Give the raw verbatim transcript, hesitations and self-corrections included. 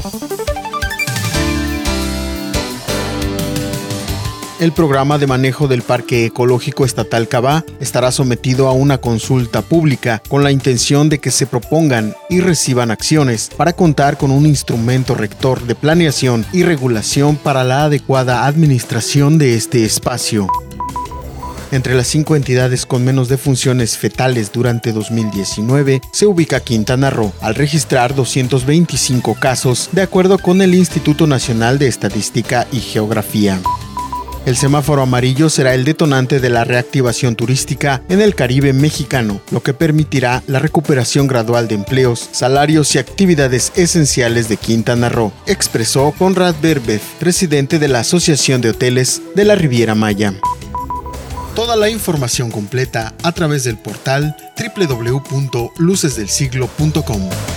El programa de manejo del Parque Ecológico Estatal Cabá estará sometido a una consulta pública con la intención de que se propongan y reciban acciones para contar con un instrumento rector de planeación y regulación para la adecuada administración de este espacio. Entre las cinco entidades con menos defunciones fetales durante dos mil diecinueve se ubica Quintana Roo, al registrar doscientos veinticinco casos, de acuerdo con el Instituto Nacional de Estadística y Geografía. El semáforo amarillo será el detonante de la reactivación turística en el Caribe mexicano, lo que permitirá la recuperación gradual de empleos, salarios y actividades esenciales de Quintana Roo, expresó Conrad Verbez, presidente de la Asociación de Hoteles de la Riviera Maya. Toda la información completa a través del portal doble u doble u doble u punto luces del siglo punto com.